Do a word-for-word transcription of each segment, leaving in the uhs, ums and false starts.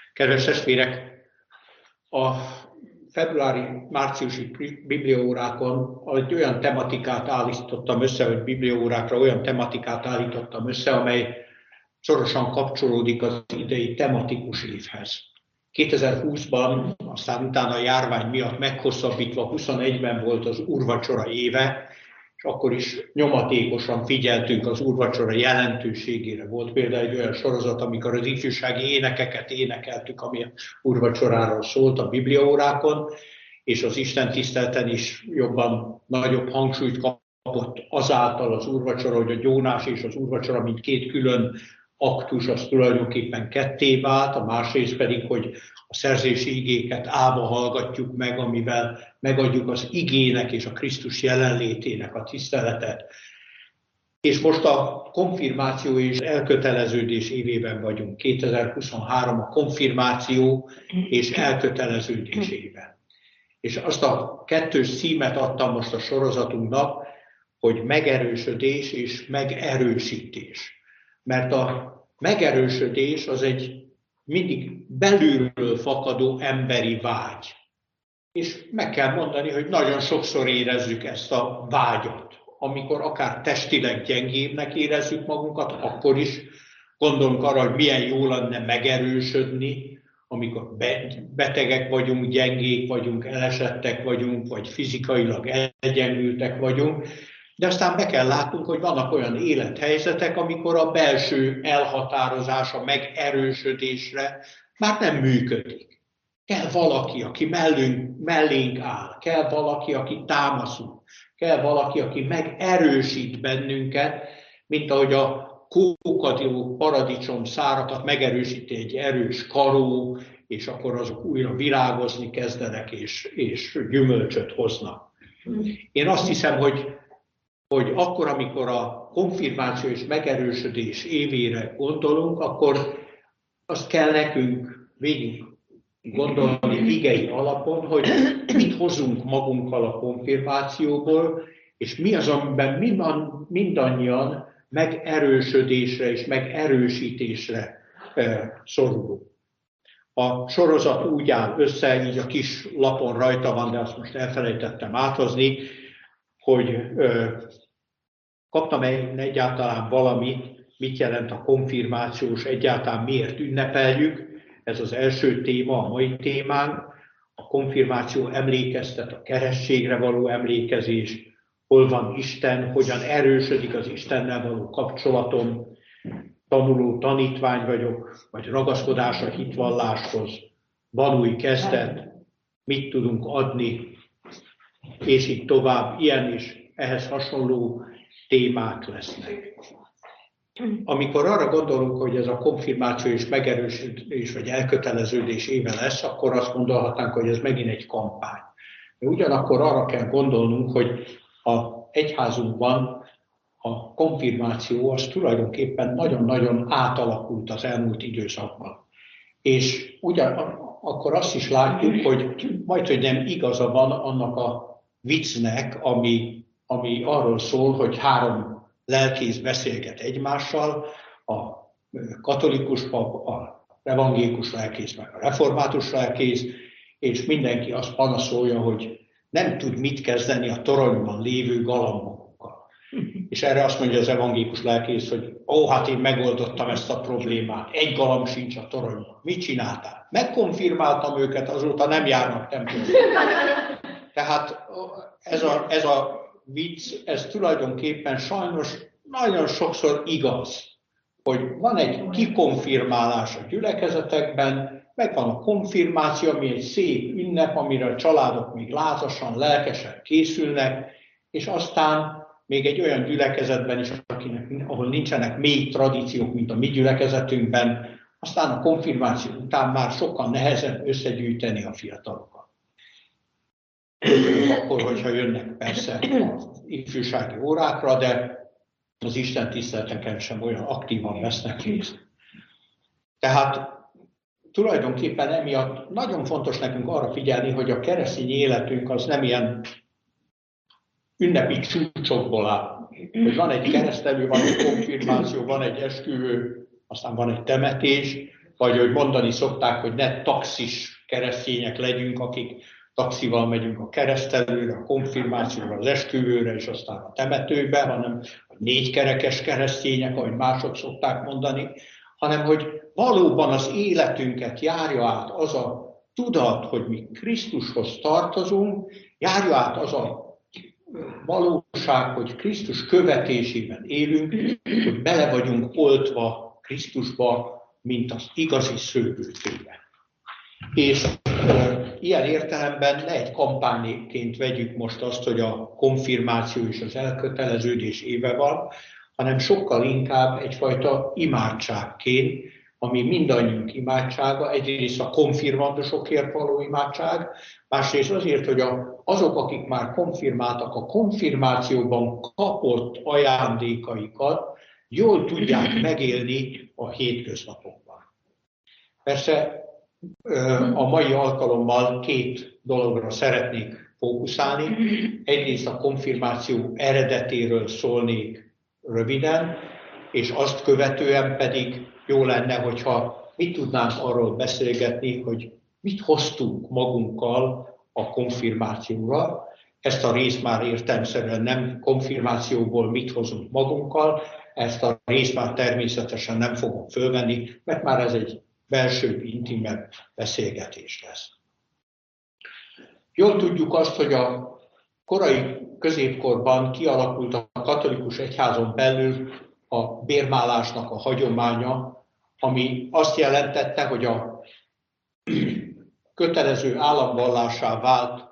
Kedves testvérek, a februári-márciusi bibliaórákon egy olyan tematikát állítottam össze, vagy bibliaórákra olyan tematikát állítottam össze, amely szorosan kapcsolódik az idei tematikus évhez. kétezer-húszban, aztán utána a járvány miatt meghosszabbítva huszonegyben volt az úrvacsora éve, és akkor is nyomatékosan figyeltünk az úrvacsora jelentőségére. Volt például egy olyan sorozat, amikor az ifjúsági énekeket énekeltük, ami a úrvacsoráról szólt a bibliaórákon, és az Isten tiszteleten is jobban, nagyobb hangsúlyt kapott azáltal az úrvacsora, hogy a gyónás és az úrvacsora, mint két külön aktus, az tulajdonképpen ketté vált, a másrészt pedig, hogy a szerzési igéket állva hallgatjuk meg, amivel megadjuk az igének és a Krisztus jelenlétének a tiszteletet. És most a konfirmáció és elköteleződés évében vagyunk, kétezer-huszonhárom a konfirmáció és elköteleződés éve. És azt a kettős címet adtam most a sorozatunknak, hogy megerősödés és megerősítés. Mert a megerősödés az egy mindig belülről fakadó emberi vágy. És meg kell mondani, hogy nagyon sokszor érezzük ezt a vágyat. Amikor akár testileg gyengébbnek érezzük magunkat, akkor is gondolunk arra, hogy milyen jó lenne megerősödni, amikor betegek vagyunk, gyengék vagyunk, elesettek vagyunk, vagy fizikailag elgyengültek vagyunk. De aztán be kell látnunk, hogy vannak olyan élethelyzetek, amikor a belső elhatározás a megerősödésre már nem működik. Kell valaki, aki mellünk, mellénk áll, kell valaki, aki támaszul, kell valaki, aki megerősít bennünket, mint ahogy a kókadiló paradicsom szárakat megerősíti egy erős karó, és akkor azok újra virágozni kezdenek, és, és gyümölcsöt hoznak. Én azt hiszem, hogy hogy akkor, amikor a konfirmáció és megerősödés évére gondolunk, akkor azt kell nekünk végig gondolni igei alapon, hogy mit hozunk magunkkal a konfirmációból, és mi az, amiben mindannyian megerősödésre és megerősítésre szorulunk. A sorozat úgy áll össze, így a kis lapon rajta van, de azt most elfelejtettem áthozni, hogy ö, kaptam egyáltalán valamit, mit jelent a konfirmációs, egyáltalán miért ünnepeljük. Ez az első téma, a mai témánk. A konfirmáció emlékeztet a kerességre való emlékezés, hol van Isten, hogyan erősödik az Istennel való kapcsolatom, tanuló tanítvány vagyok, vagy ragaszkodás a hitvalláshoz, van új kezdet, mit tudunk adni, és így tovább, ilyen is ehhez hasonló témák lesznek. Amikor arra gondolunk, hogy ez a konfirmáció és megerősödés vagy elköteleződés éve lesz, akkor azt gondolhatnánk, hogy ez megint egy kampány. De ugyanakkor arra kell gondolnunk, hogy a egyházunkban a konfirmáció az tulajdonképpen nagyon-nagyon átalakult az elmúlt időszakban. És ugyan, akkor azt is látjuk, hogy majdhogy nem igaza van annak a viccnek, ami, ami arról szól, hogy három lelkész beszélget egymással, a katolikus pap, a evangélikus lelkész, meg a református lelkész, és mindenki azt panaszolja, hogy nem tud mit kezdeni a toronyban lévő galambokkal. És erre azt mondja az evangélikus lelkész, hogy ó, hát én megoldottam ezt a problémát, egy galamb sincs a toronyban. Mit csináltál? Megkonfirmáltam őket, azóta nem járnak templomba. Tehát ez a, ez a vicc, ez tulajdonképpen sajnos nagyon sokszor igaz, hogy van egy kikonfirmálás a gyülekezetekben, meg van a konfirmáció, ami egy szép ünnep, amire a családok még lázasan, lelkesen készülnek, és aztán még egy olyan gyülekezetben is, akinek, ahol nincsenek mély tradíciók, mint a mi gyülekezetünkben, aztán a konfirmáció után már sokkal nehezebb összegyűjteni a fiatalokat. Akkor, hogyha jönnek persze az ifjúsági órákra, de az Isten tiszteleteken sem olyan aktívan vesznek részt. Tehát tulajdonképpen emiatt nagyon fontos nekünk arra figyelni, hogy a keresztény életünk az nem ilyen ünnepi csúcsokból áll. Hogy van egy keresztelő, van egy konfirmáció, van egy esküvő, aztán van egy temetés, vagy hogy mondani szokták, hogy ne taxis keresztények legyünk, akik taxival megyünk a keresztelőre, a konfirmációra, az esküvőre, és aztán a temetőbe, hanem hogy négykerekes keresztények, ahogy mások szokták mondani, hanem hogy valóban az életünket járja át az a tudat, hogy mi Krisztushoz tartozunk, járja át az a valóság, hogy Krisztus követésében élünk, hogy bele vagyunk oltva Krisztusba, mint az igazi szőlőtőbe. És e, ilyen értelemben ne egy kampányként vegyük most azt, hogy a konfirmáció és az elköteleződés éve van, hanem sokkal inkább egyfajta imádságként, ami mindannyiunk imádsága, egyrészt a konfirmandusokért való imádság, másrészt azért, hogy a, azok, akik már konfirmáltak, a konfirmációban kapott ajándékaikat jól tudják megélni a hétköznapokban. Persze a mai alkalommal két dologra szeretnék fókuszálni. Egyrészt a konfirmáció eredetéről szólnék röviden, és azt követően pedig jó lenne, hogyha mit tudnánk arról beszélgetni, hogy mit hoztunk magunkkal a konfirmációra. Ezt a részt már értelemszerűen nem konfirmációból mit hozunk magunkkal, ezt a részt már természetesen nem fogom fölvenni, mert már ez egy belső, intimebb beszélgetés lesz. Jól tudjuk azt, hogy a korai középkorban kialakult a katolikus egyházon belül a bérmálásnak a hagyománya, ami azt jelentette, hogy a kötelező államvallássá vált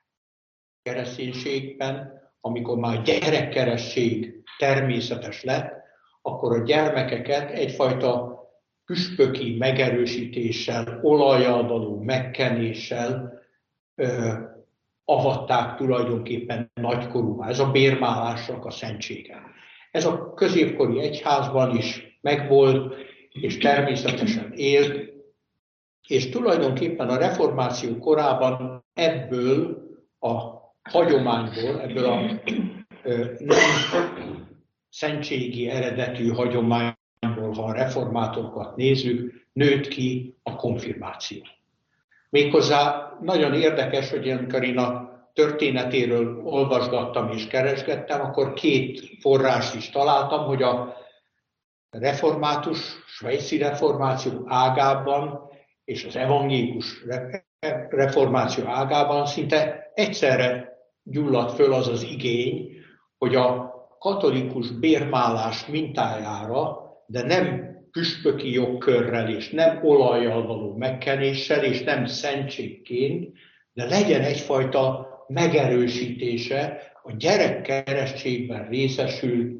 kereszténységben, amikor már gyerekkeresztség természetes lett, akkor a gyermekeket egyfajta püspöki megerősítéssel, olajjal való megkenéssel ö, avatták tulajdonképpen nagykorúvá. Ez a bérmálásnak a szentsége. Ez a középkori egyházban is megvolt, és természetesen élt, és tulajdonképpen a reformáció korában ebből a hagyományból, ebből a ö, nem szentségi eredetű hagyományból, ha a reformátorokat nézzük, nőtt ki a konfirmáció. Méghozzá nagyon érdekes, hogy amikor én a történetéről olvasgattam és keresgettem, akkor két forrást is találtam, hogy a református, svájci reformáció ágában és az evangélikus reformáció ágában szinte egyszerre gyulladt föl az az igény, hogy a katolikus bérmálás mintájára, de nem püspöki jogkörrel és nem olajjal való megkenéssel és nem szentségként, de legyen egyfajta megerősítése a gyerekkeresztségben részesült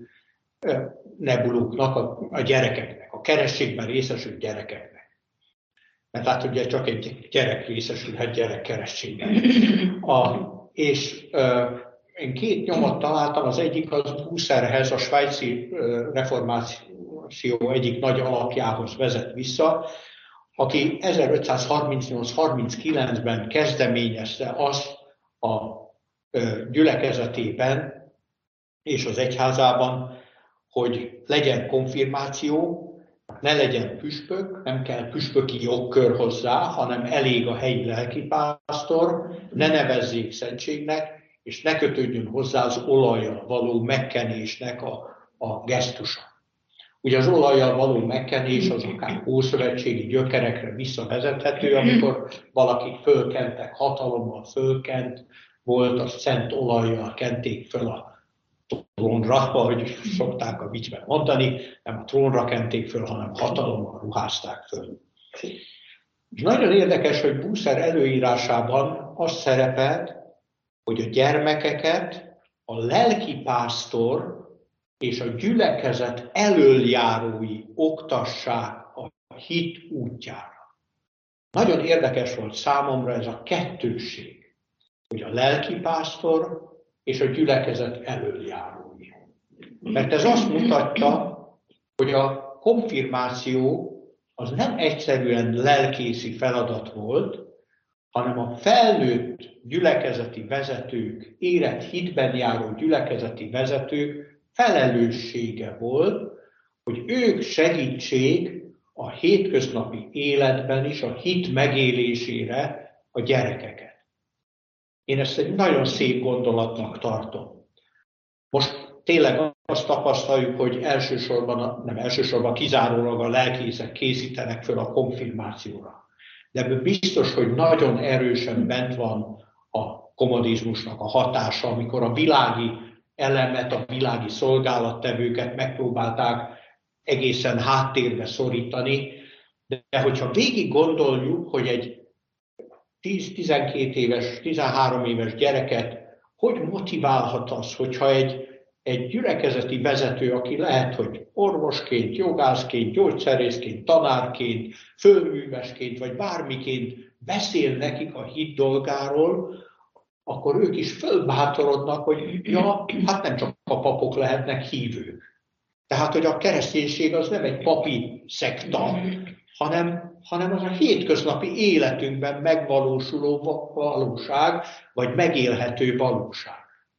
nebulóknak, a, a gyerekeknek, a keresztségben részesült gyerekeknek. Mert hát ugye csak egy gyerek részesülhet gyerekkeresztségben. A, és ö, én két nyomot találtam, az egyik az Bucerhez, a svájci reformáció egyik nagy alapjához vezet vissza, aki ezerötszázharmincnyolc harminckilencben kezdeményezte azt a gyülekezetében és az egyházában, hogy legyen konfirmáció, ne legyen püspök, nem kell püspöki jogkör hozzá, hanem elég a helyi lelkipásztor, ne nevezzék szentségnek, és ne kötődjön hozzá az olajjal való megkenésnek a, a gesztusa. Ugye az olajjal való megkenés az akár ószövetségi gyökerekre visszavezethető, amikor valakik fölkentek, hatalommal fölkent, volt, a szent olajjal kenték föl a trónra, ahogy szokták a viccben mondani, nem a trónra kenték föl, hanem hatalommal ruházták föl. És nagyon érdekes, hogy Bucer előírásában azt szerepelt, hogy a gyermekeket a lelkipásztor és a gyülekezet elöljárói oktassák a hit útjára. Nagyon érdekes volt számomra ez a kettősség, hogy a lelkipásztor és a gyülekezet elöljárói. Mert ez azt mutatja, hogy a konfirmáció az nem egyszerűen lelkészi feladat volt, hanem a felnőtt gyülekezeti vezetők, érett hitben járó gyülekezeti vezetők felelőssége volt, hogy ők segítsék a hétköznapi életben is a hit megélésére a gyerekeket. Én ezt egy nagyon szép gondolatnak tartom. Most tényleg azt tapasztaljuk, hogy elsősorban, nem elsősorban, kizárólag a lelkészek készítenek föl a konfirmációra. De ebből biztos, hogy nagyon erősen bent van a kommunizmusnak a hatása, amikor a világi elemet, a világi szolgálattevőket megpróbálták egészen háttérbe szorítani. De hogyha végig gondoljuk, hogy egy tíz-tizenkét éves, tizenhárom éves gyereket hogy motiválhat az, hogyha egy, egy gyülekezeti vezető, aki lehet, hogy orvosként, jogászként, gyógyszerészként, tanárként, főművesként, vagy bármiként beszél nekik a hit dolgáról, akkor ők is fölbátorodnak, hogy ja, hát nem csak a papok lehetnek hívők. Tehát, hogy a kereszténység az nem egy papi szekta, hanem, hanem az a hétköznapi életünkben megvalósuló valóság, vagy megélhető valóság.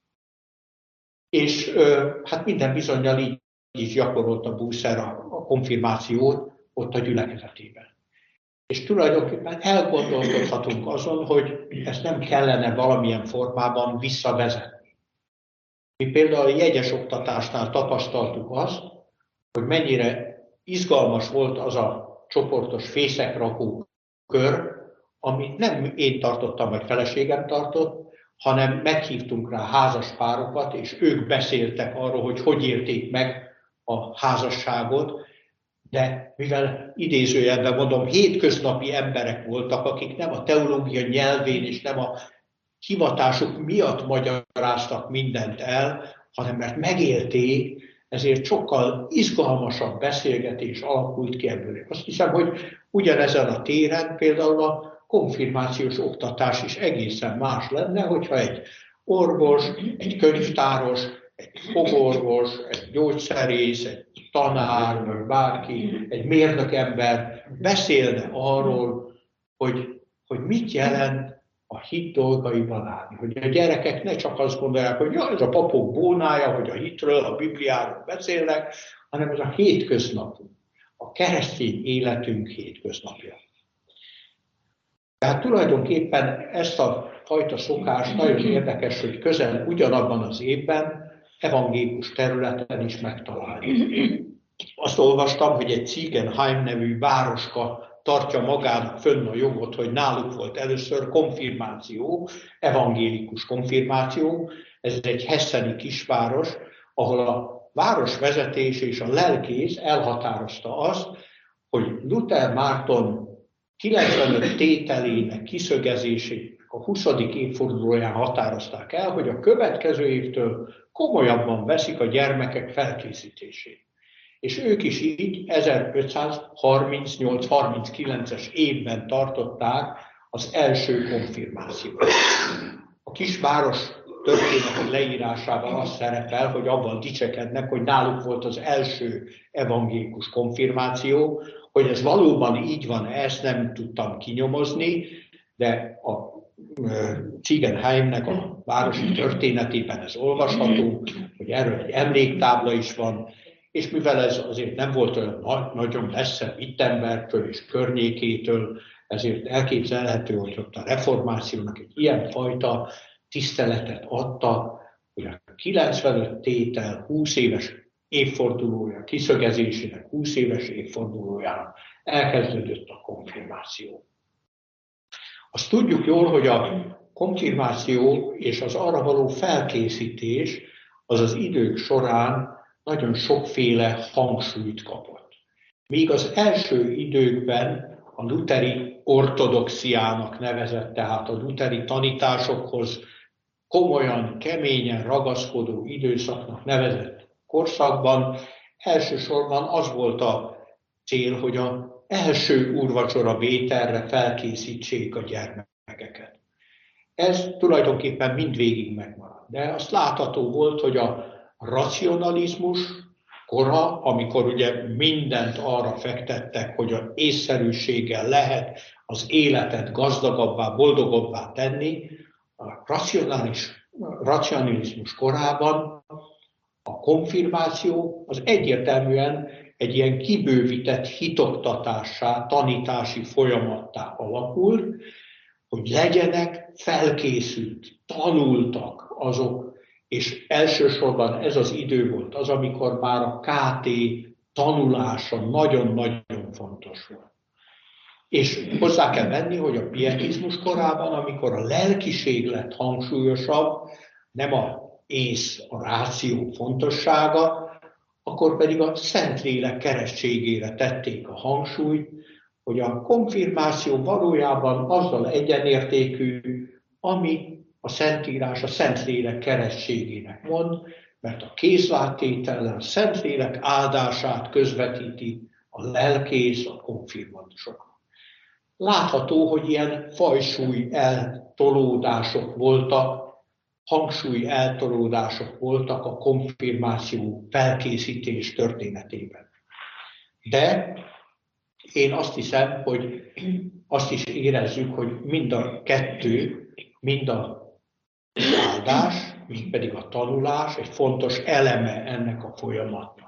És hát minden bizonnyal így is gyakorolta Bucer a, a konfirmációt ott a gyülekezetében. És tulajdonképpen elgondolkodhatunk azon, hogy ezt nem kellene valamilyen formában visszavezetni. Mi például a jegyes oktatásnál tapasztaltuk azt, hogy mennyire izgalmas volt az a csoportos fészekrakó kör, amit nem én tartottam, vagy feleségem tartott, hanem meghívtunk rá házas párokat, és ők beszéltek arról, hogy hogy érték meg a házasságot, de mivel idézőjelben mondom, hétköznapi emberek voltak, akik nem a teológia nyelvén és nem a hivatásuk miatt magyaráztak mindent el, hanem mert megélték, ezért sokkal izgalmasabb beszélgetés alakult ki ebből. Azt hiszem, hogy ugyanezen a téren például a konfirmációs oktatás is egészen más lenne, hogyha egy orvos, egy könyvtáros, egy fogorvos, egy gyógyszerész, egy tanár, vagy bárki, egy mérnök ember beszélne arról, hogy, hogy mit jelent a hit dolgaiban állni. Hogy a gyerekek ne csak azt gondolják, hogy ja, ez a papok bónája, hogy a hitről, a Bibliáról beszélnek, hanem ez a hétköznapunk, a keresztény életünk hétköznapja. Tehát tulajdonképpen ezt a fajta szokást nagyon érdekes, hogy közel ugyanabban az évben evangélikus területen is megtalálni. Azt olvastam, hogy egy Ziegenheim nevű városka tartja magának fönn a jogot, hogy náluk volt először konfirmáció, evangélikus konfirmáció. Ez egy hesseni kisváros, ahol a városvezetés és a lelkész elhatározta azt, hogy Luther Márton kilencvenöt tételének kiszögezését a huszadik évfordulóján határozták el, hogy a következő évtől komolyabban veszik a gyermekek felkészítését. És ők is így ezerötszázharmincnyolc harminckilences évben tartották az első konfirmációt. A kisváros történeti leírásában az szerepel, hogy abban dicsekednek, hogy náluk volt az első evangélikus konfirmáció, hogy ez valóban így van, ezt nem tudtam kinyomozni, de a Ziegenheimnek a városi történetében ez olvasható, hogy erről egy emléktábla is van, és mivel ez azért nem volt olyan nagyon messze Wittenbergtől és környékétől, ezért elképzelhető, hogy ott a reformációnak egy ilyenfajta tiszteletet adta, hogy a kilencvenöt tétel húsz éves évfordulója, kiszögezésének húsz éves évfordulójára elkezdődött a konfirmáció. Azt tudjuk jól, hogy a konfirmáció és az arra való felkészítés az az idők során nagyon sokféle hangsúlyt kapott. Míg az első időkben a lutheri ortodoxiának nevezett, tehát a lutheri tanításokhoz komolyan, keményen ragaszkodó időszaknak nevezett korszakban elsősorban az volt a cél, hogy az első úrvacsora vételre felkészítsék a gyermekeket. Ez tulajdonképpen mindvégig megmaradt. De azt látható volt, hogy a racionalizmus kora, amikor ugye mindent arra fektettek, hogy az észszerűséggel lehet az életet gazdagabbá, boldogabbá tenni, a racionális, racionalizmus korában a konfirmáció az egyértelműen egy ilyen kibővített hitoktatássá, tanítási folyamattá alakult, hogy legyenek felkészült, tanultak azok, és elsősorban ez az idő volt az, amikor már a ká té tanulása nagyon-nagyon fontos volt. És hozzá kell venni, hogy a pietizmus korában, amikor a lelkiség lett hangsúlyosabb, nem a ész, a ráció fontossága, akkor pedig a Szentlélek keresztségére tették a hangsúlyt, hogy a konfirmáció valójában azzal egyenértékű, ami a Szentírás a Szentlélek keresztségének mond, mert a kézláttétellel a Szentlélek áldását közvetíti a lelkész a konfirmandusoknak. Látható, hogy ilyen fajsúly eltolódások voltak, hangsúly eltolódások voltak a konfirmáció felkészítés történetében. De én azt hiszem, hogy azt is érezzük, hogy mind a kettő, mind a áldás, mind pedig a tanulás egy fontos eleme ennek a folyamatnak.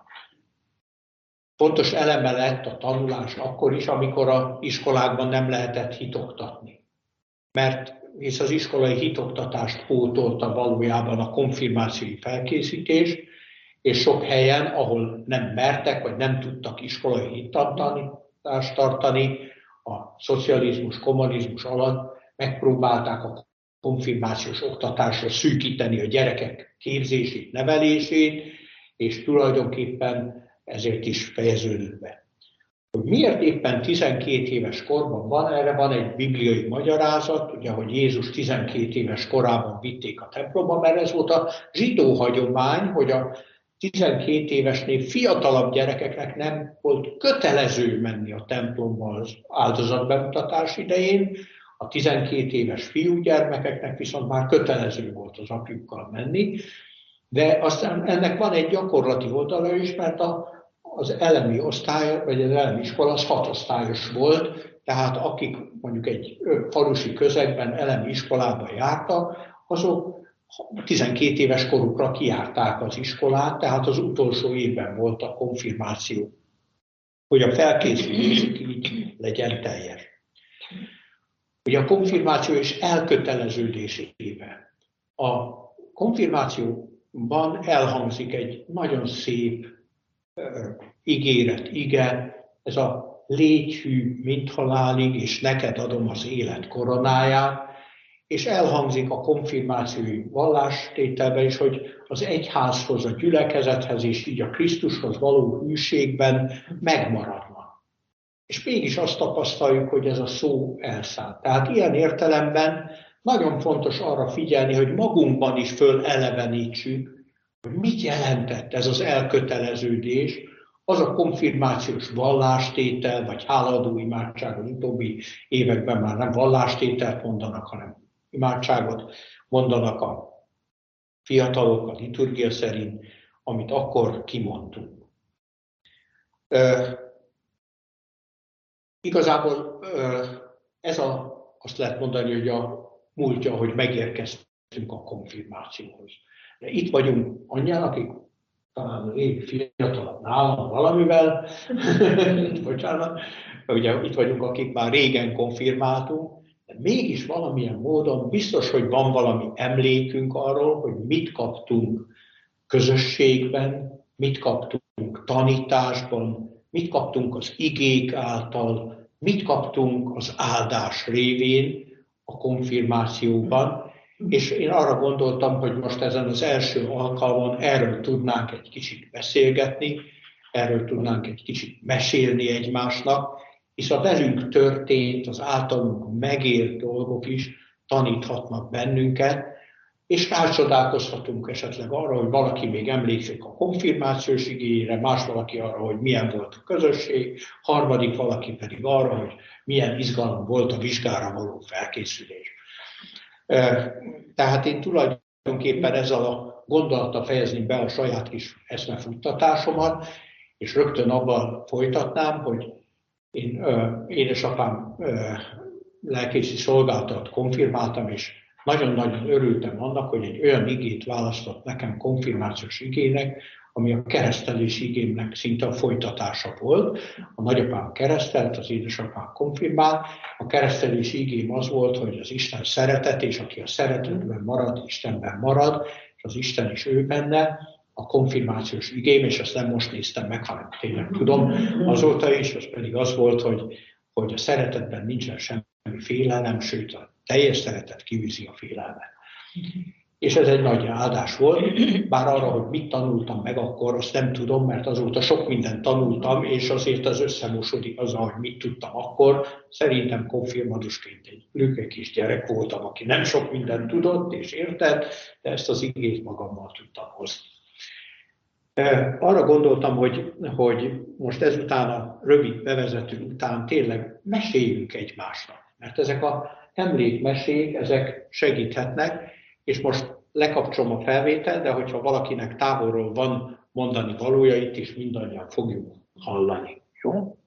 Fontos eleme lett a tanulás akkor is, amikor az iskolákban nem lehetett hitoktatni. Mert hisz az iskolai hitoktatást pótolta valójában a konfirmációi felkészítés, és sok helyen, ahol nem mertek, vagy nem tudtak iskolai hittanítást tartani, a szocializmus, kommunizmus alatt megpróbálták a konfirmációs oktatásra szűkíteni a gyerekek képzését, nevelését, és tulajdonképpen ezért is fejeződött be. Hogy miért éppen tizenkét éves korban van, erre van egy bibliai magyarázat, ugye, hogy Jézus tizenkét éves korában vitték a templomba, mert ez volt a zsidó hagyomány, hogy a tizenkét évesnél fiatalabb gyerekeknek nem volt kötelező menni a templomba az áldozatbemutatás idején, a tizenkét éves fiúgyermekeknek viszont már kötelező volt az apjukkal menni, de aztán ennek van egy gyakorlati oldala is, mert a az elemi osztály, vagy az elemi iskola az hatosztályos volt, tehát akik mondjuk egy falusi közegben elemi iskolába jártak, azok tizenkét éves korukra kijárták az iskolát, tehát az utolsó évben volt a konfirmáció, hogy a felkészülésük így legyen teljes. Ugye a konfirmáció és elköteleződésével. A konfirmációban elhangzik egy nagyon szép ígéret, ige, ez a légy hű mindhalálig, és neked adom az élet koronáját, és elhangzik a konfirmációi vallástételben is, hogy az egyházhoz, a gyülekezethez és így a Krisztushoz való hűségben megmaradnak. És mégis azt tapasztaljuk, hogy ez a szó elszállt. Tehát ilyen értelemben nagyon fontos arra figyelni, hogy magunkban is fölelevenítsük, hogy mit jelentett ez az elköteleződés, az a konfirmációs vallástétel, vagy hálaadó imádság, az utóbbi években már nem vallástételt mondanak, hanem imádságot mondanak a fiatalok a liturgia szerint, amit akkor kimondtunk. E, igazából e, ez a, azt lehet mondani, hogy a múltja, hogy megérkeztünk a konfirmációhoz. De itt vagyunk annyian, akik talán rég fiatalabb nálam valamivel, bocsánat, ugye itt vagyunk, akik már régen konfirmáltunk, de mégis valamilyen módon biztos, hogy van valami emlékünk arról, hogy mit kaptunk közösségben, mit kaptunk tanításban, mit kaptunk az igék által, mit kaptunk az áldás révén a konfirmációban, és én arra gondoltam, hogy most ezen az első alkalmon erről tudnánk egy kicsit beszélgetni, erről tudnánk egy kicsit mesélni egymásnak, hisz a velünk történt, az általunk megélt dolgok is taníthatnak bennünket, és rácsodálkozhatunk esetleg arra, hogy valaki még emlékszik a konfirmációs igényére, más valaki arra, hogy milyen volt a közösség, harmadik valaki pedig arra, hogy milyen izgalom volt a vizsgára való felkészülés. Tehát én tulajdonképpen ezzel a gondolattal fejezném be a saját kis eszmefuttatásomat, és rögtön abban folytatnám, hogy én édesapám lelkészi szolgálatot konfirmáltam, és nagyon-nagyon örültem annak, hogy egy olyan igét választott nekem konfirmációs igének, ami a keresztelési igémnek szinte a folytatása volt. A nagyapám keresztelt, az édesapám konfirmált. A keresztelési igém az volt, hogy az Isten szeretet, és aki a szeretetben marad, Istenben marad, és az Isten is ő benne. A konfirmációs igém, és azt nem most néztem meg, hanem tényleg tudom azóta is, az pedig az volt, hogy, hogy a szeretetben nincsen semmi félelem, sőt a teljes szeretet kiviszi a félelmet. És ez egy nagy áldás volt, bár arra, hogy mit tanultam meg akkor, azt nem tudom, mert azóta sok mindent tanultam, és azért az összemosodik azzal, hogy mit tudtam akkor. Szerintem konfirmandusként egy lüke kis gyerek voltam, aki nem sok mindent tudott és értett, de ezt az igét magammal tudtam hozni. Arra gondoltam, hogy, hogy most ezután a rövid bevezető után tényleg meséljünk egymásnak, mert ezek a emlékmesék, ezek segíthetnek, és most lekapcsolom a felvételt, de hogyha valakinek távolról van mondani valója, itt is mindannyian fogjuk hallani. Jó?